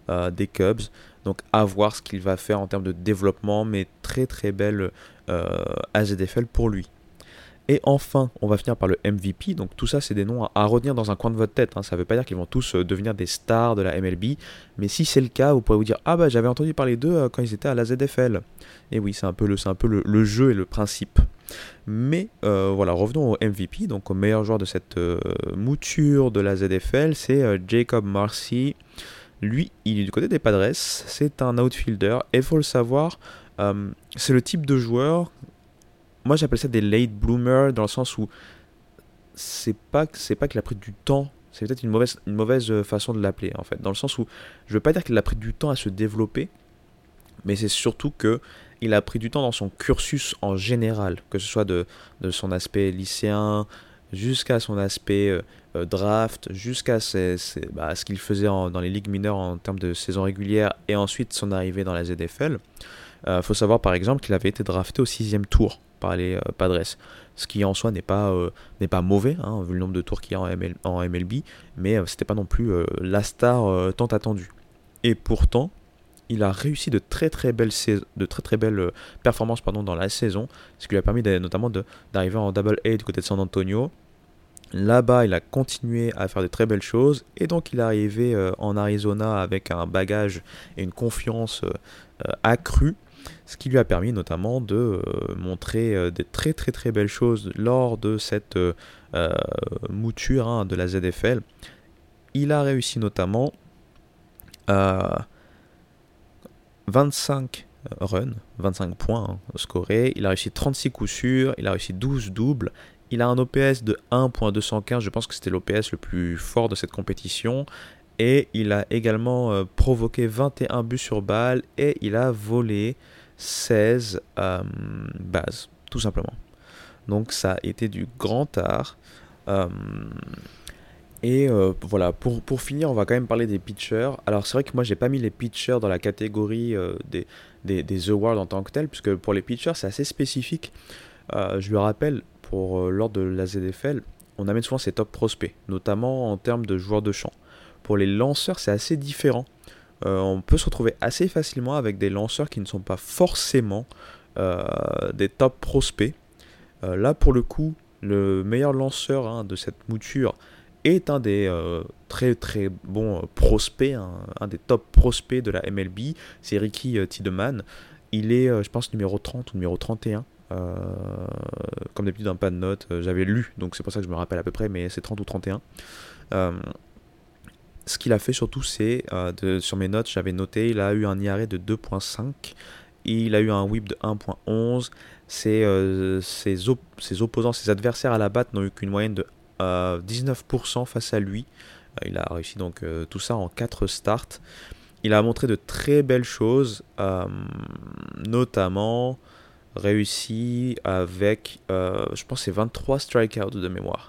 des Cubs. Donc à voir ce qu'il va faire en termes de développement, mais très très belle AZFL pour lui. Et enfin, on va finir par le MVP. Donc tout ça, c'est des noms à retenir dans un coin de votre tête, hein. Ça ne veut pas dire qu'ils vont tous devenir des stars de la MLB. Mais si c'est le cas, vous pourrez vous dire ah bah j'avais entendu parler d'eux quand ils étaient à la ZFL. Et oui, c'est un peu le jeu et le principe. Mais voilà, revenons au MVP, donc au meilleur joueur de cette mouture de la ZFL, c'est Jacob Marcy. Lui, il est du côté des Padres, c'est un outfielder, et il faut le savoir, c'est le type de joueur, moi j'appelle ça des late bloomers, dans le sens où c'est pas qu'il a pris du temps, c'est peut-être une mauvaise façon de l'appeler en fait, dans le sens où je veux pas dire qu'il a pris du temps à se développer, mais c'est surtout que il a pris du temps dans son cursus en général, que ce soit de son aspect lycéen jusqu'à son aspect draft, jusqu'à ce qu'il faisait dans les ligues mineures en termes de saison régulière et ensuite son arrivée dans la ZFL. Faut savoir par exemple qu'il avait été drafté au 6e tour par les Padres, ce qui en soi n'est pas mauvais, hein, vu le nombre de tours qu'il y a en MLB, mais c'était pas non plus la star tant attendue. Et pourtant, il a réussi de très très belles performances dans la saison, ce qui lui a permis notamment d'arriver en Double A du côté de San Antonio. Là-bas, il a continué à faire de très belles choses, et donc il est arrivé en Arizona avec un bagage et une confiance accrue, ce qui lui a permis notamment de montrer des très très très belles choses lors de cette mouture, hein, de la ZFL. Il a réussi notamment à 25 runs, 25 points, hein, scorés. Il a réussi 36 coups sûrs, il a réussi 12 doubles. Il a un OPS de 1.215, je pense que c'était l'OPS le plus fort de cette compétition. Et il a également provoqué 21 buts sur balle et il a volé 16 bases, tout simplement. Donc ça a été du grand art. Euh, voilà, pour finir, on va quand même parler des pitchers. Alors c'est vrai que moi j'ai pas mis les pitchers dans la catégorie des awards en tant que tel, puisque pour les pitchers c'est assez spécifique. Je le rappelle, lors de la ZFL, on amène souvent ces top prospects, notamment en termes de joueurs de champ. Pour les lanceurs, c'est assez différent. On peut se retrouver assez facilement avec des lanceurs qui ne sont pas forcément des top prospects. Là, pour le coup, le meilleur lanceur, hein, de cette mouture est un des très très bons prospects, hein, un des top prospects de la MLB. C'est Ricky Tiedemann. Il est, je pense, numéro 30 ou numéro 31. Comme d'habitude, pas de notes, j'avais lu, donc c'est pour ça que je me rappelle à peu près, mais c'est 30 ou 31. Ce qu'il a fait surtout, c'est, sur mes notes, j'avais noté, il a eu un IRA de 2.5, il a eu un whip de 1.11, ses opposants, ses adversaires à la batte n'ont eu qu'une moyenne de 19% face à lui. Il a réussi donc tout ça en 4 starts. Il a montré de très belles choses, notamment réussi avec, je pense, c'est 23 strikeouts de mémoire.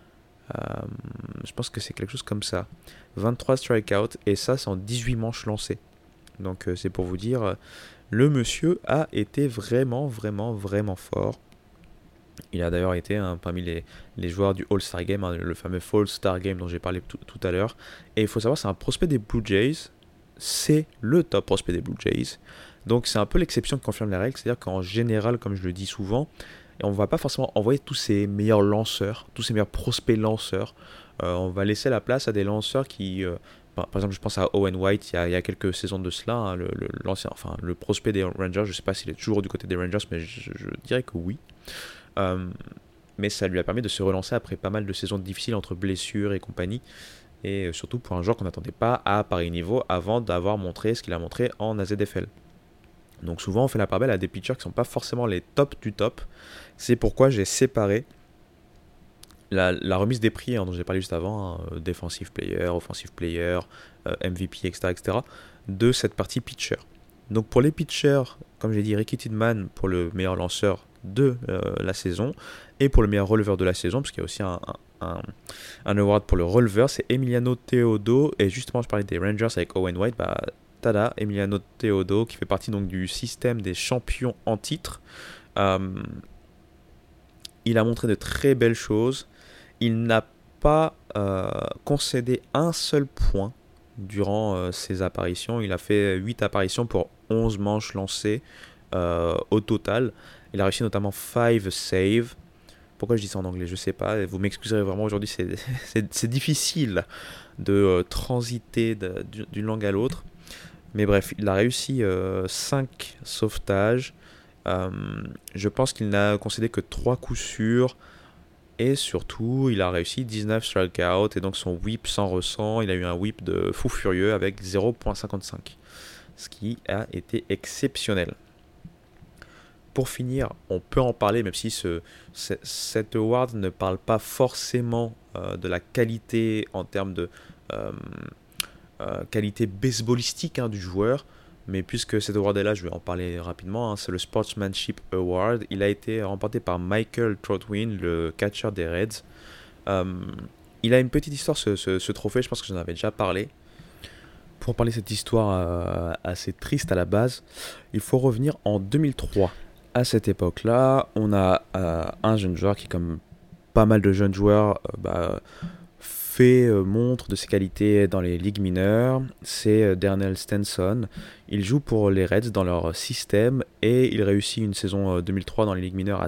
Je pense que c'est quelque chose comme ça. 23 strikeouts, et ça, c'est en 18 manches lancées. Donc, c'est pour vous dire, le monsieur a été vraiment, vraiment, vraiment fort. Il a d'ailleurs été parmi les joueurs du All-Star Game, hein, le fameux Fall Star Game dont j'ai parlé tout à l'heure. Et il faut savoir, c'est un prospect des Blue Jays. C'est le top prospect des Blue Jays. Donc c'est un peu l'exception qui confirme la règle. C'est-à-dire qu'en général, comme je le dis souvent, on ne va pas forcément envoyer tous ces meilleurs lanceurs, tous ces meilleurs prospects lanceurs. On va laisser la place à des lanceurs qui... par exemple, je pense à Owen White, il y a quelques saisons de cela, hein, le prospect des Rangers. Je ne sais pas s'il est toujours du côté des Rangers, mais je dirais que oui. Mais ça lui a permis de se relancer après pas mal de saisons difficiles entre blessures et compagnie, et surtout pour un joueur qu'on n'attendait pas à pareil niveau avant d'avoir montré ce qu'il a montré en AZFL. Donc souvent on fait la part belle à des pitchers qui ne sont pas forcément les tops du top. C'est pourquoi j'ai séparé la remise des prix, hein, dont j'ai parlé juste avant, hein, defensive player, offensive player, MVP, etc., de cette partie pitcher. Donc pour les pitchers, comme j'ai dit, Ricky Tiedemann pour le meilleur lanceur de la saison, et pour le meilleur releveur de la saison, parce qu'il y a aussi un award pour le releveur, c'est Emiliano Teodo. Et justement, je parlais des Rangers avec Owen White, tada, Emiliano Teodo, qui fait partie donc du système des champions en titre. Il a montré de très belles choses. Il n'a pas concédé un seul point durant ses apparitions. Il a fait 8 apparitions pour 11 manches lancées au total. Il a réussi notamment 5 saves. Pourquoi je dis ça en anglais, je sais pas. Vous m'excuserez vraiment, aujourd'hui c'est difficile de transiter d'une langue à l'autre. Mais bref, il a réussi 5 sauvetages. Euh, je pense qu'il n'a concédé que 3 coups sûrs. Et surtout, il a réussi 19 strikeouts. Et donc son whip sans ressent, il a eu un whip de fou furieux avec 0.55. Ce qui a été exceptionnel. Pour finir, on peut en parler, même si cet award ne parle pas forcément de la qualité en termes de euh, qualité baseballistique du joueur. Mais puisque cet award est là, je vais en parler rapidement. C'est le Sportsmanship Award. Il a été remporté par Michael Troutwin, le catcher des Reds. Euh, il a une petite histoire, ce trophée. Je pense que j'en avais déjà parlé. Pour parler de cette histoire assez triste à la base, il faut revenir en 2003. À cette époque-là, on a un jeune joueur qui, comme pas mal de jeunes joueurs, montre de ses qualités dans les ligues mineures. C'est Darnell Stanson. Il joue pour les Reds dans leur système et il réussit une saison 2003 dans les ligues mineures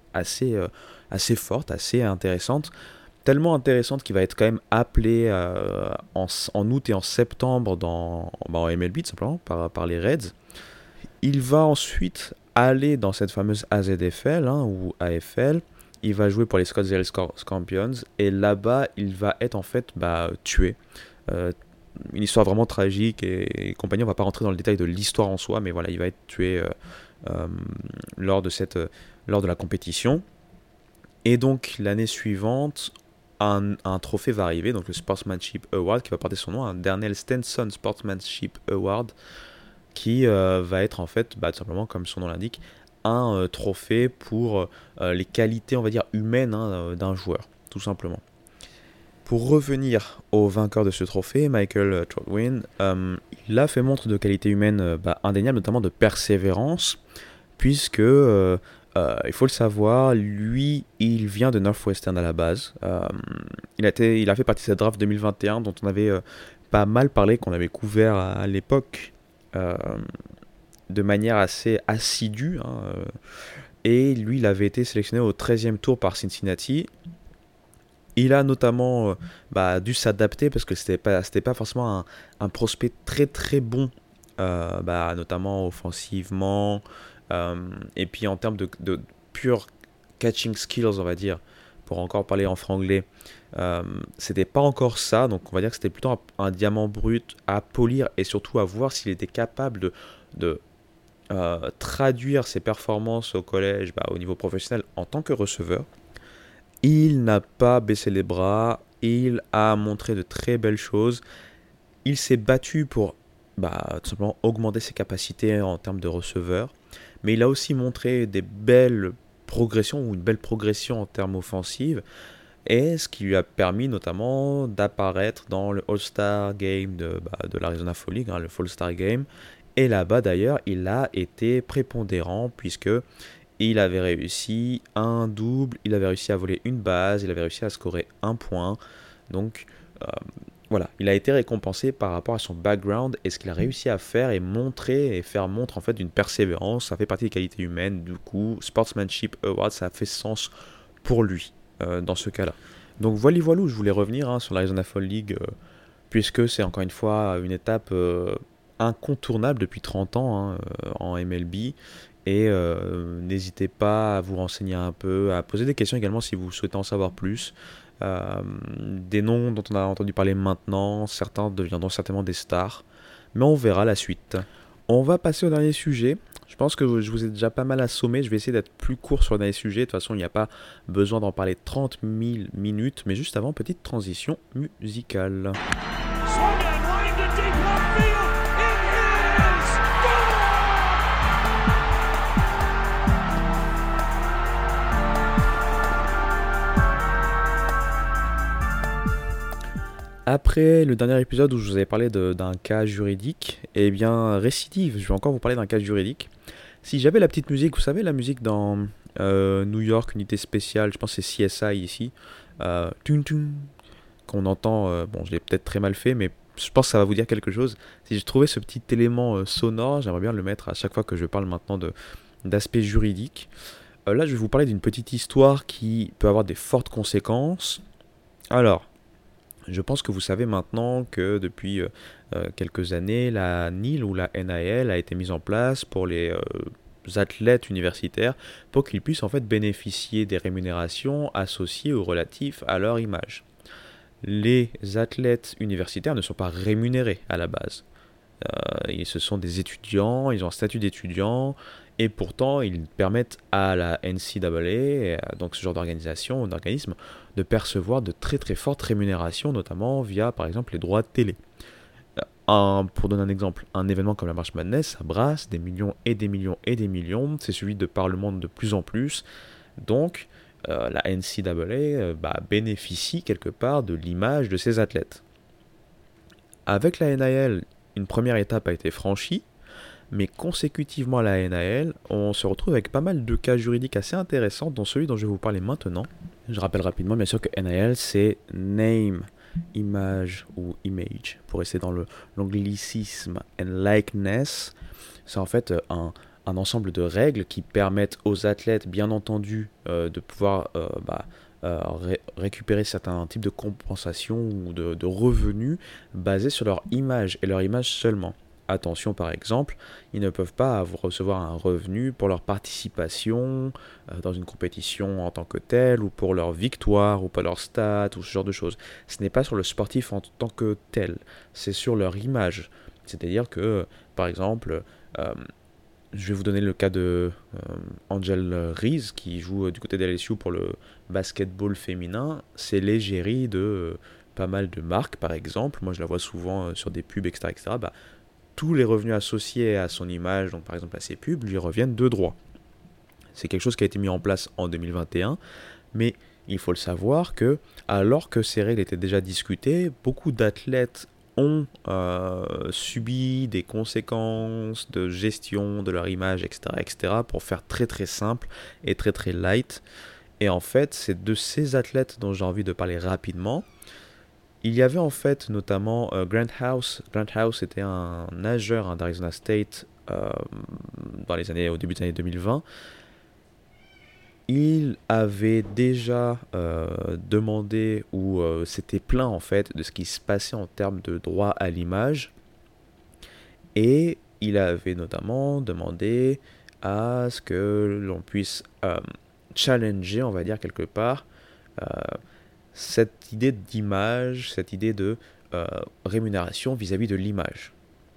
assez forte, assez intéressante. Tellement intéressante qu'il va être quand même appelé en août et en septembre en MLB tout simplement par les Reds. Il va ensuite aller dans cette fameuse AZFL ou AFL. Il va jouer pour les Scottsdale Scorpions et là-bas il va être en fait tué. Une histoire vraiment tragique et compagnie. On va pas rentrer dans le détail de l'histoire en soi, mais voilà, il va être tué lors de la compétition. Et donc l'année suivante, un trophée va arriver, donc le Sportsmanship Award qui va porter son nom, un Darnell Stanson Sportsmanship Award, qui va être en fait, tout simplement comme son nom l'indique, un trophée pour les qualités, on va dire, humaines d'un joueur, tout simplement. Pour revenir au vainqueur de ce trophée, Michael Troutwin, il a fait montre de qualités humaines indéniables, notamment de persévérance, puisque, il faut le savoir, lui, il vient de Northwestern à la base. Il a fait partie de cette draft 2021 dont on avait pas mal parlé, qu'on avait couvert à l'époque de manière assez assidue. Et lui, il avait été sélectionné au 13e tour par Cincinnati. Il a notamment dû s'adapter parce que c'était pas forcément un prospect très très bon, notamment offensivement, et puis en termes de pure catching skills, on va dire, pour encore parler en franglais, c'était pas encore ça, donc on va dire que c'était plutôt un diamant brut à polir et surtout à voir s'il était capable de traduire ses performances au collège au niveau professionnel en tant que receveur. Il n'a pas baissé les bras, il a montré de très belles choses, il s'est battu pour tout simplement augmenter ses capacités en termes de receveur, mais il a aussi montré des belles progressions ou une belle progression en termes offensifs, et ce qui lui a permis notamment d'apparaître dans le All-Star Game de l'Arizona Fall League, le Fall Star Game, et là-bas d'ailleurs il a été prépondérant puisque il avait réussi un double, il avait réussi à voler une base, il avait réussi à scorer un point. Donc voilà, il a été récompensé par rapport à son background et ce qu'il a réussi à faire et faire montre en fait d'une persévérance. Ça fait partie des qualités humaines. Du coup, Sportsmanship Award, ça a fait sens pour lui dans ce cas-là. Donc voilà, je voulais revenir sur l'Arizona Fall League puisque c'est encore une fois une étape incontournable depuis 30 ans en MLB. Et n'hésitez pas à vous renseigner un peu, à poser des questions également si vous souhaitez en savoir plus. Des noms dont on a entendu parler maintenant, certains deviendront certainement des stars, mais on verra la suite. On va passer au dernier sujet. Je pense que je vous ai déjà pas mal assommé, je vais essayer d'être plus court sur le dernier sujet. De toute façon, il n'y a pas besoin d'en parler 30 000 minutes, mais juste avant, petite transition musicale. Après le dernier épisode où je vous avais parlé d'un cas juridique, eh bien récidive, je vais encore vous parler d'un cas juridique. Si j'avais la petite musique, vous savez la musique dans New York, unité spéciale, je pense que c'est CSI ici, qu'on entend, je l'ai peut-être très mal fait, mais je pense que ça va vous dire quelque chose. Si j'ai trouvé ce petit élément sonore, j'aimerais bien le mettre à chaque fois que je parle maintenant d'aspect juridique. Là, je vais vous parler d'une petite histoire qui peut avoir des fortes conséquences. Alors, je pense que vous savez maintenant que depuis quelques années, la NIL ou la NIL a été mise en place pour les athlètes universitaires pour qu'ils puissent en fait bénéficier des rémunérations associées ou relatives à leur image. Les athlètes universitaires ne sont pas rémunérés à la base. Ce sont des étudiants, ils ont un statut d'étudiant, et pourtant ils permettent à la NCAA, donc ce genre d'organisation ou d'organisme, de percevoir de très très fortes rémunérations, notamment via par exemple les droits de télé. Pour donner un exemple, un événement comme la March Madness, ça brasse des millions et des millions et des millions, c'est celui de par le monde de plus en plus, donc la NCAA bénéficie quelque part de l'image de ses athlètes. Avec la NIL, une première étape a été franchie, mais consécutivement à la NIL, on se retrouve avec pas mal de cas juridiques assez intéressants, dont celui dont je vais vous parler maintenant. Je rappelle rapidement, bien sûr, que NIL, c'est Name, Image ou Image, pour rester dans l'anglicisme, and Likeness. C'est en fait un ensemble de règles qui permettent aux athlètes, bien entendu, de pouvoir récupérer certains types de compensations ou de revenus basés sur leur image et leur image seulement. Attention, par exemple, ils ne peuvent pas recevoir un revenu pour leur participation dans une compétition en tant que telle, ou pour leur victoire, ou pour leur stats, ou ce genre de choses. Ce n'est pas sur le sportif en tant que tel, c'est sur leur image. C'est-à-dire que, par exemple, je vais vous donner le cas de Angel Reese, qui joue du côté de LSU pour le basketball féminin. C'est l'égérie de pas mal de marques, par exemple. Moi, je la vois souvent sur des pubs, etc. etc. Tous les revenus associés à son image, donc par exemple à ses pubs, lui reviennent de droit. C'est quelque chose qui a été mis en place en 2021, mais il faut le savoir que, alors que ces règles étaient déjà discutées, beaucoup d'athlètes ont subi des conséquences de gestion de leur image, etc., etc., pour faire très très simple et très très light. Et en fait, c'est de ces athlètes dont j'ai envie de parler rapidement. Il y avait en fait notamment Grant House. Grant House était un nageur d'Arizona State au début des années 2020. Il avait déjà demandé ou s'était plaint en fait de ce qui se passait en termes de droit à l'image. Et il avait notamment demandé à ce que l'on puisse challenger, on va dire quelque part, cette idée d'image, cette idée de rémunération vis-à-vis de l'image.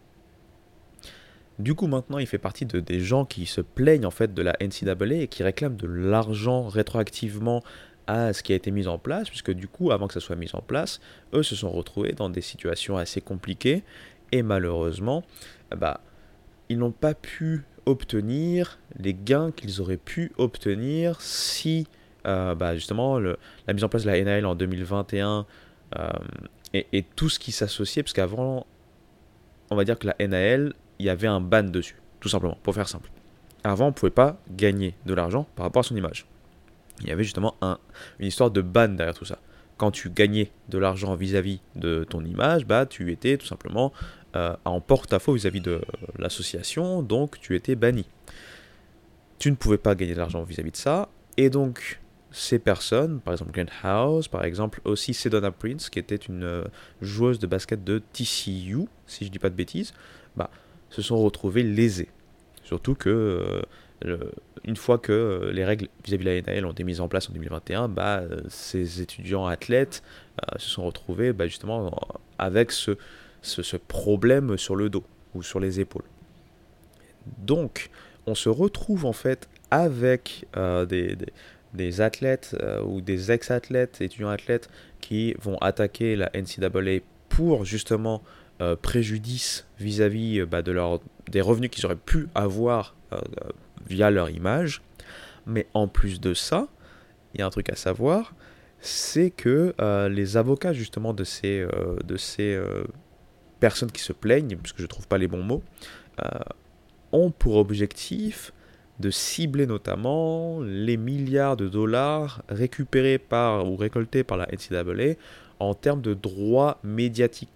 Du coup, maintenant, il fait partie des gens qui se plaignent en fait de la NCAA et qui réclament de l'argent rétroactivement à ce qui a été mis en place, puisque du coup, avant que ça soit mis en place, eux se sont retrouvés dans des situations assez compliquées et malheureusement, ils n'ont pas pu obtenir les gains qu'ils auraient pu obtenir si justement la mise en place de la NIL en 2021 et tout ce qui s'associait, parce qu'avant, on va dire que la NIL, il y avait un ban dessus, tout simplement, pour faire simple. Avant, on ne pouvait pas gagner de l'argent par rapport à son image. Il y avait justement une histoire de ban derrière tout ça. Quand tu gagnais de l'argent vis-à-vis de ton image, tu étais tout simplement en porte-à-faux vis-à-vis de l'association, donc tu étais banni. Tu ne pouvais pas gagner de l'argent vis-à-vis de ça, et donc ces personnes, par exemple Grant House, par exemple aussi Sedona Prince, qui était une joueuse de basket de TCU, si je ne dis pas de bêtises, se sont retrouvées lésées. Surtout que une fois que les règles vis-à-vis de la NIL ont été mises en place en 2021, ces étudiants athlètes se sont retrouvés justement avec ce problème sur le dos ou sur les épaules. Donc, on se retrouve en fait avec des athlètes ou des ex-athlètes, étudiants athlètes qui vont attaquer la NCAA pour justement préjudice vis-à-vis des revenus qu'ils auraient pu avoir via leur image. Mais en plus de ça, il y a un truc à savoir, c'est que les avocats justement de ces personnes qui se plaignent, parce que je ne trouve pas les bons mots, ont pour objectif de cibler notamment les milliards de dollars récupérés ou récoltés par la NCAA en termes de droits médiatiques.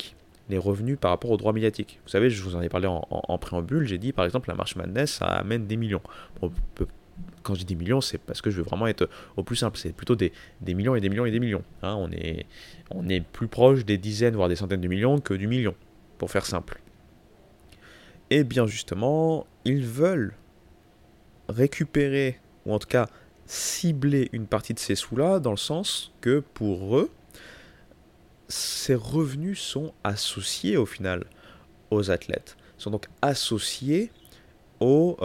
les revenus par rapport aux droits médiatiques. Vous savez, je vous en ai parlé en préambule, j'ai dit par exemple la March Madness, ça amène des millions. Bon, quand je dis des millions, c'est parce que je veux vraiment être au plus simple, c'est plutôt des millions et des millions et des millions. Hein, on est plus proche des dizaines, voire des centaines de millions que du million, pour faire simple. Et bien justement, ils veulent récupérer, ou en tout cas cibler une partie de ces sous-là, dans le sens que pour eux, ces revenus sont associés au final aux athlètes. Ils sont donc associés au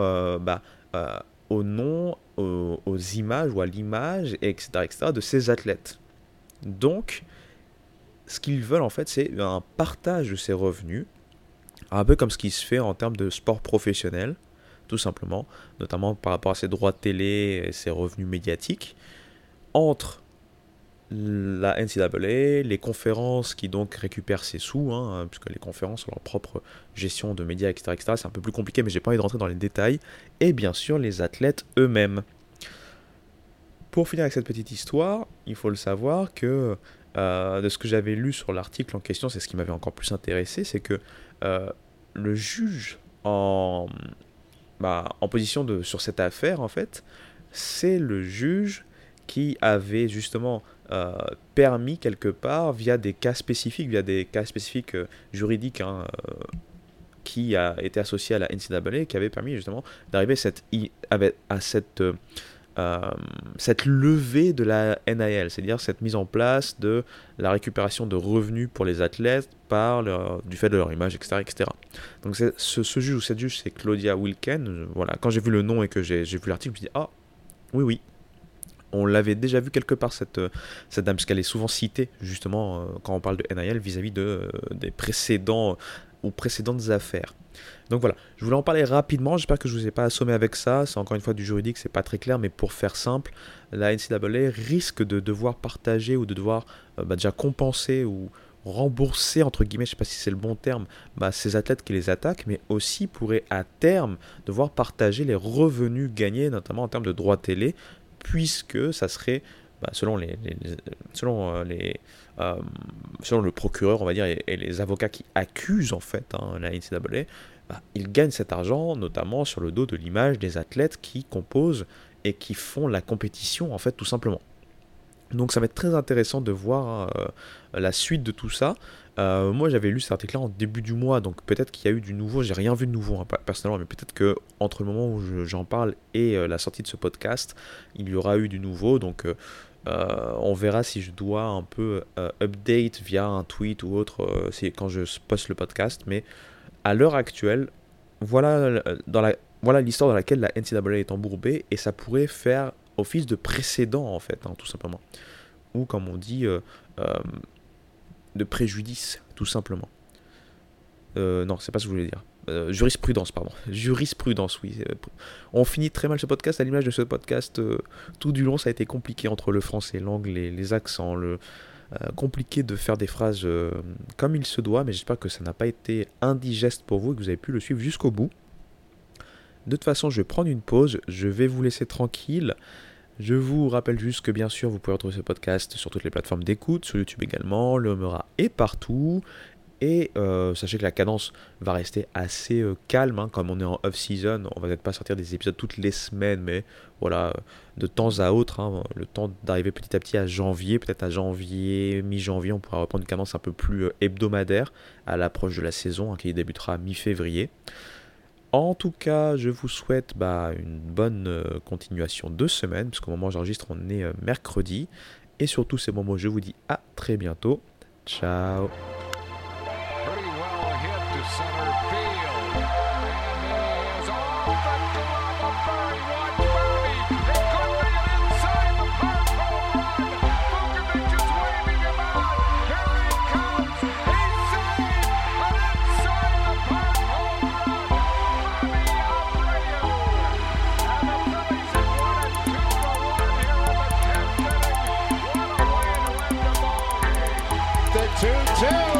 nom, aux images ou à l'image, etc., de ces athlètes. Donc, ce qu'ils veulent en fait, c'est un partage de ces revenus, un peu comme ce qui se fait en termes de sport professionnel, tout simplement, notamment par rapport à ces droits de télé et ces revenus médiatiques, entre la NCAA, les conférences qui donc récupèrent ces sous, puisque les conférences ont leur propre gestion de médias, etc., c'est un peu plus compliqué, mais j'ai pas envie de rentrer dans les détails, et bien sûr les athlètes eux-mêmes. Pour finir avec cette petite histoire, il faut le savoir que de ce que j'avais lu sur l'article en question, c'est ce qui m'avait encore plus intéressé, c'est que le juge en position sur cette affaire, en fait, c'est le juge qui avait justement permis quelque part, via des cas spécifiques juridiques, qui a été associé à la NCAA, qui avait permis justement d'arriver à cette levée de la NIL, c'est-à-dire cette mise en place de la récupération de revenus pour les athlètes du fait de leur image, etc. Donc ce juge ou cette juge, c'est Claudia Wilken. Voilà, quand j'ai vu le nom et que j'ai vu l'article, je me suis dit, ah, oui, on l'avait déjà vu quelque part, cette dame, parce qu'elle est souvent citée, justement, quand on parle de NIL, vis-à-vis des précédentes affaires. Donc voilà, je voulais en parler rapidement, j'espère que je ne vous ai pas assommé avec ça, c'est encore une fois du juridique, c'est pas très clair, mais pour faire simple, la NCAA risque de devoir partager ou de devoir déjà compenser ou rembourser, entre guillemets, je ne sais pas si c'est le bon terme, ces athlètes qui les attaquent, mais aussi pourrait à terme devoir partager les revenus gagnés, notamment en termes de droits télé, puisque ça serait, selon le procureur, on va dire, et les avocats qui accusent en fait la NCAA, ils gagnent cet argent notamment sur le dos de l'image des athlètes qui composent et qui font la compétition, en fait, tout simplement. Donc ça va être très intéressant de voir la suite de tout ça. Moi j'avais lu cet article-là en début du mois, donc peut-être qu'il y a eu du nouveau, j'ai rien vu de nouveau personnellement, mais peut-être que entre le moment où j'en parle et la sortie de ce podcast, il y aura eu du nouveau, donc on verra si je dois un peu update via un tweet ou autre, c'est quand je poste le podcast, mais à l'heure actuelle, voilà l'histoire dans laquelle la NCAA est embourbée, et ça pourrait faire office de précédent en fait, tout simplement, ou comme on dit, de préjudice, tout simplement. Non, c'est pas ce que je voulais dire. Jurisprudence, oui. On finit très mal ce podcast, à l'image de ce podcast, tout du long ça a été compliqué entre le français, l'anglais, les accents, compliqué de faire des phrases comme il se doit, mais j'espère que ça n'a pas été indigeste pour vous et que vous avez pu le suivre jusqu'au bout. De toute façon, je vais prendre une pause, je vais vous laisser tranquille. Je vous rappelle juste que bien sûr, vous pouvez retrouver ce podcast sur toutes les plateformes d'écoute, sur YouTube également, le Homera est partout. Et sachez que la cadence va rester assez calme, comme on est en off-season, on va peut-être pas sortir des épisodes toutes les semaines, mais voilà, de temps à autre, le temps d'arriver petit à petit à janvier, peut-être à janvier, mi-janvier, on pourra reprendre une cadence un peu plus hebdomadaire à l'approche de la saison, qui débutera mi-février. En tout cas, je vous souhaite une bonne continuation de semaine, parce qu'au moment où j'enregistre, on est mercredi. Et surtout, ces moments, je vous dis à très bientôt. Ciao. The 2-2.